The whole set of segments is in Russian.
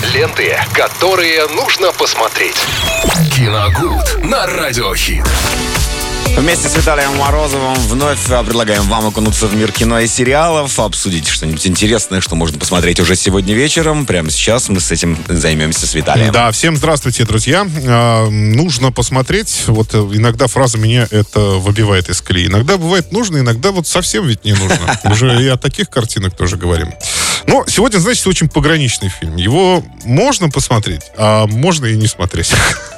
Ленты, которые нужно посмотреть. Киногуд на Радиохит. Вместе с Виталием Морозовым вновь предлагаем вам окунуться в мир кино и сериалов, обсудить что-нибудь интересное, что можно посмотреть уже сегодня вечером. Прямо сейчас мы с этим займемся с Виталием. Да, всем здравствуйте, друзья. Нужно посмотреть. Вот иногда фраза меня это выбивает из колеи. Иногда бывает нужно, иногда вот совсем ведь не нужно. Уже и о таких картинах тоже говорим. Но сегодня, значит, очень пограничный фильм. Его можно посмотреть, а можно и не смотреть.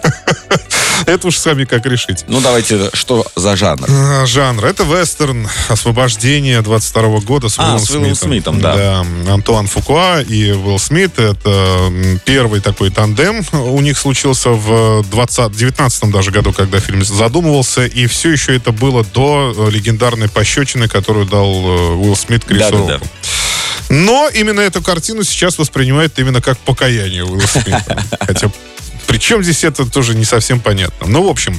Это уж сами как решить. Ну, давайте, что за жанр? Жанр. Это вестерн «Особождение» 22 года с Уиллом Смитом, да. Да. Антуан Фукуа и Уилл Смит. Это первый такой тандем у них случился в 19 даже году, когда фильм задумывался. И все еще это было до легендарной пощечины, которую дал Уилл Смит Крису Року. Да. Но именно эту картину сейчас воспринимают именно как покаяние Уилла Смита. Хотя... Причем здесь это тоже не совсем понятно. Ну, в общем,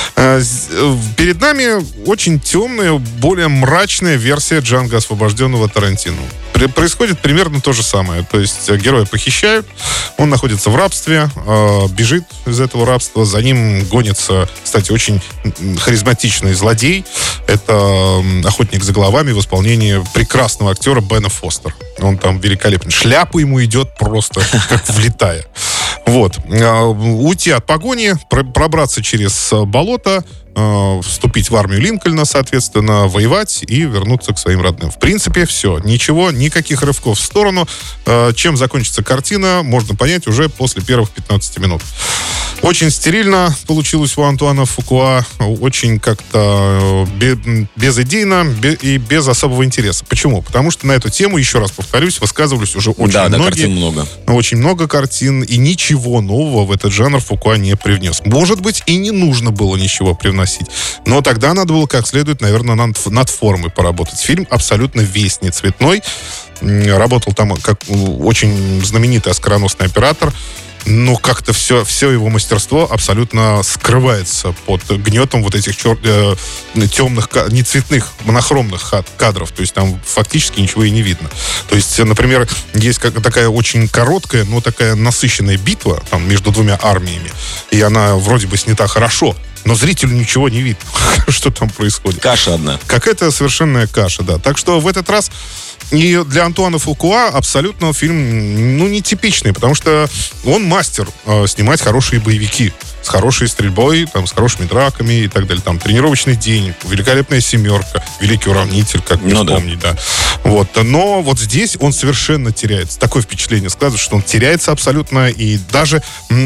перед нами очень темная, более мрачная версия «Джанго освобожденного» Тарантино. Происходит примерно то же самое. То есть героя похищают, он находится в рабстве, бежит из этого рабства, за ним гонится, кстати, очень харизматичный злодей. Это «Охотник за головами» в исполнении прекрасного актера Бена Фостера. Он там великолепен. Шляпа ему идет просто как влетая. Вот. Уйти от погони, пробраться через болото, вступить в армию Линкольна, соответственно, воевать и вернуться к своим родным. В принципе, все. Ничего, никаких рывков в сторону. Чем закончится картина, можно понять уже после первых 15 минут. Очень стерильно получилось у Антуана Фукуа, очень как-то безидейно и без особого интереса. Почему? Потому что на эту тему, еще раз повторюсь, высказывались уже очень многие. Да, картин много. Очень много картин, и ничего нового в этот жанр Фукуа не привнес. Может быть, и не нужно было ничего привносить. Но тогда надо было как следует, наверное, над формой поработать. Фильм абсолютно весь не цветной. Работал там как очень знаменитый оскароносный оператор. Но как-то все его мастерство абсолютно скрывается под гнетом вот этих темных, не цветных, монохромных кадров. То есть там фактически ничего и не видно. То есть, например, есть такая очень короткая, но такая насыщенная битва там, между двумя армиями. И она вроде бы снята хорошо, но зрителю ничего не видно, что там происходит. Каша одна. Какая-то совершенная каша, да. Так что в этот раз и для Антуана Фукуа абсолютно фильм, нетипичный, потому что он мастер снимать хорошие боевики с хорошей стрельбой, там, с хорошими драками и так далее. Там «Тренировочный день», «Великолепная семерка», «Великий уравнитель», как не вспомнить, да. Вот. Но вот здесь он совершенно теряется. Такое впечатление складывается, что он теряется абсолютно и даже,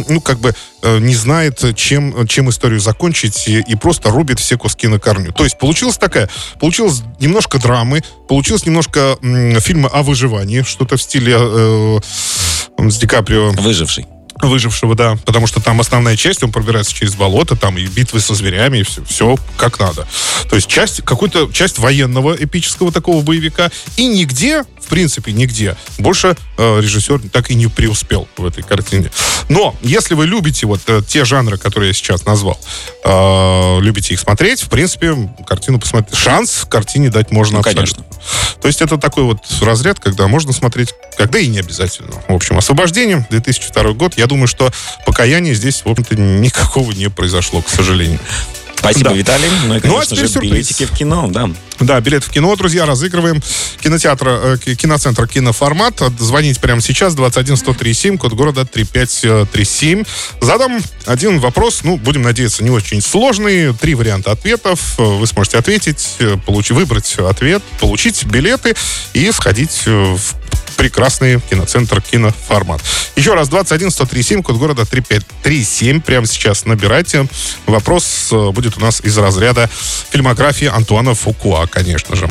не знает, чем историю закончить и просто рубит все куски на корню. То есть получилось немножко драмы, получилось немножко фильма о выживании, что-то в стиле с Ди Каприо. Выжившего, да. Потому что там основная часть, он пробирается через болото, там и битвы со зверями, и все как надо. То есть часть военного эпического такого боевика. И нигде, в принципе, нигде больше режиссер так и не преуспел в этой картине. Но если вы любите вот те жанры, которые я сейчас назвал, любите их смотреть, в принципе, картину посмотреть. Шанс картине дать можно абсолютно. Конечно. То есть это такой вот разряд, когда можно смотреть, когда и не обязательно. В общем, «Освобождение», 2002 год. Я думаю, что покаяния здесь, в общем-то, никакого не произошло, к сожалению. Спасибо, да. Виталий. Ну и, конечно же, билетики в кино, да. Да, билет в кино, друзья, разыгрываем. Киноцентр «Киноформат». Звоните прямо сейчас, 21-103-7, код города 3537. Задам один вопрос, будем надеяться, не очень сложный. 3 варианта ответов. Вы сможете ответить, выбрать ответ, получить билеты и сходить в прекрасный киноцентр «Киноформат». Еще раз, 21-103-7, код города 3537. Прямо сейчас набирайте. Вопрос будет у нас из разряда фильмографии Антуана Фукуа, конечно же.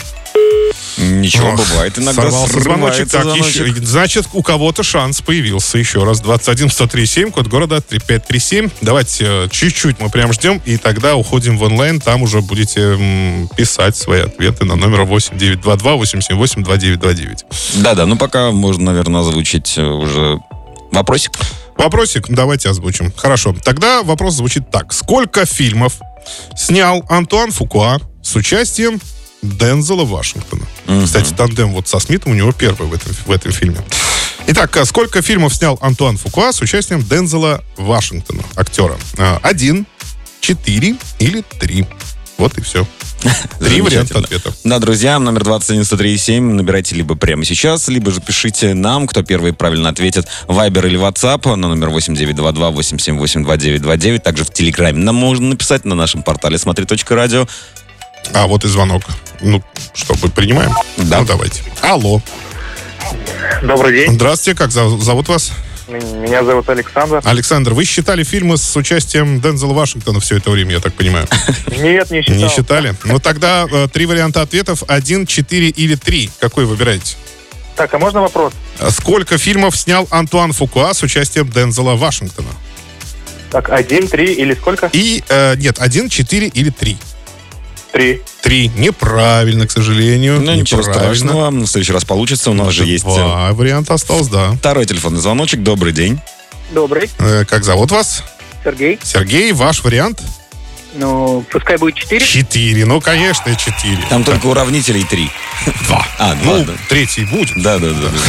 Ничего, бывает. Иногда звоночек. Значит, у кого-то шанс появился. Еще раз, 21-103-7, код города 3537. Давайте чуть-чуть мы прям ждем, и тогда уходим в онлайн. Там уже будете писать свои ответы на номер 8922-878-2929. Да-да, пока можно, наверное, озвучить уже вопросик. Вопросик давайте озвучим. Хорошо. Тогда вопрос звучит так. Сколько фильмов снял Антуан Фукуа с участием Дензела Вашингтона? Кстати, тандем вот со Смитом у него первый в этом фильме. Итак, сколько фильмов снял Антуан Фукуа с участием Дензела Вашингтона, актера? 1, 4 или 3? Вот и все. 3 варианта ответов. Да, друзья, номер 211-103-7 набирайте либо прямо сейчас, либо же пишите нам, кто первый правильно ответит, Viber или WhatsApp на номер 8922-878-2929. Также в Телеграме нам можно написать на нашем портале смотри.радио. А вот и звонок. Ну, что, мы принимаем? Да. Ну, давайте. Алло. Добрый день. Здравствуйте, как зовут вас? Меня зовут Александр. Александр, вы считали фильмы с участием Дензела Вашингтона все это время, я так понимаю? Нет, не считал. Не считали? Ну, тогда 3 варианта ответов. 1, 4 или 3. Какой выбираете? Так, а можно вопрос? Сколько фильмов снял Антуан Фукуа с участием Дензела Вашингтона? Так, 1, 3 или сколько? И, нет, 1, 4 или 3. 3. 3. Неправильно, к сожалению. Ну, ничего страшного. В следующий раз получится. У нас же есть... 2 варианта осталось, да. Второй телефонный звоночек. Добрый день. Добрый. Как зовут вас? Сергей. Сергей, ваш вариант? Ну, пускай будет 4. 4. Ну, конечно, 4. Там только уравнителей 3. 2. Ну, ладно. 3 будет. Да.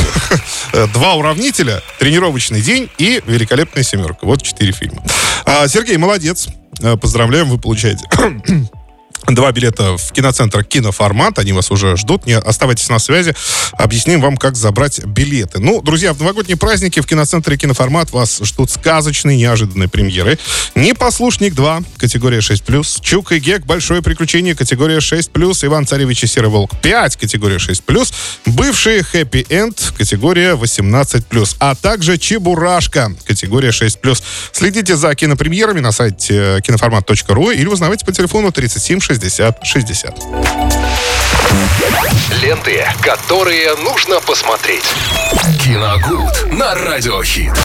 2 уравнителя, тренировочный день и великолепная семерка. Вот 4 фильма. Сергей, молодец. Поздравляем, вы получаете 2 билета в киноцентр «Киноформат». Они вас уже ждут. Не оставайтесь на связи. Объясним вам, как забрать билеты. Ну, друзья, в новогодние праздники в киноцентре «Киноформат» вас ждут сказочные, неожиданные премьеры. «Непослушник 2», категория 6+. «Чук и Гек. Большое приключение», категория 6+. «Иван Царевич и Серый Волк 5», категория 6+. «Бывший Хэппи Энд», категория 18+. А также «Чебурашка», категория 6+. Следите за кинопремьерами на сайте киноформат.ру или узнавайте по телефону 37 60 60. Ленты, которые нужно посмотреть. Киногуд на Радиохит.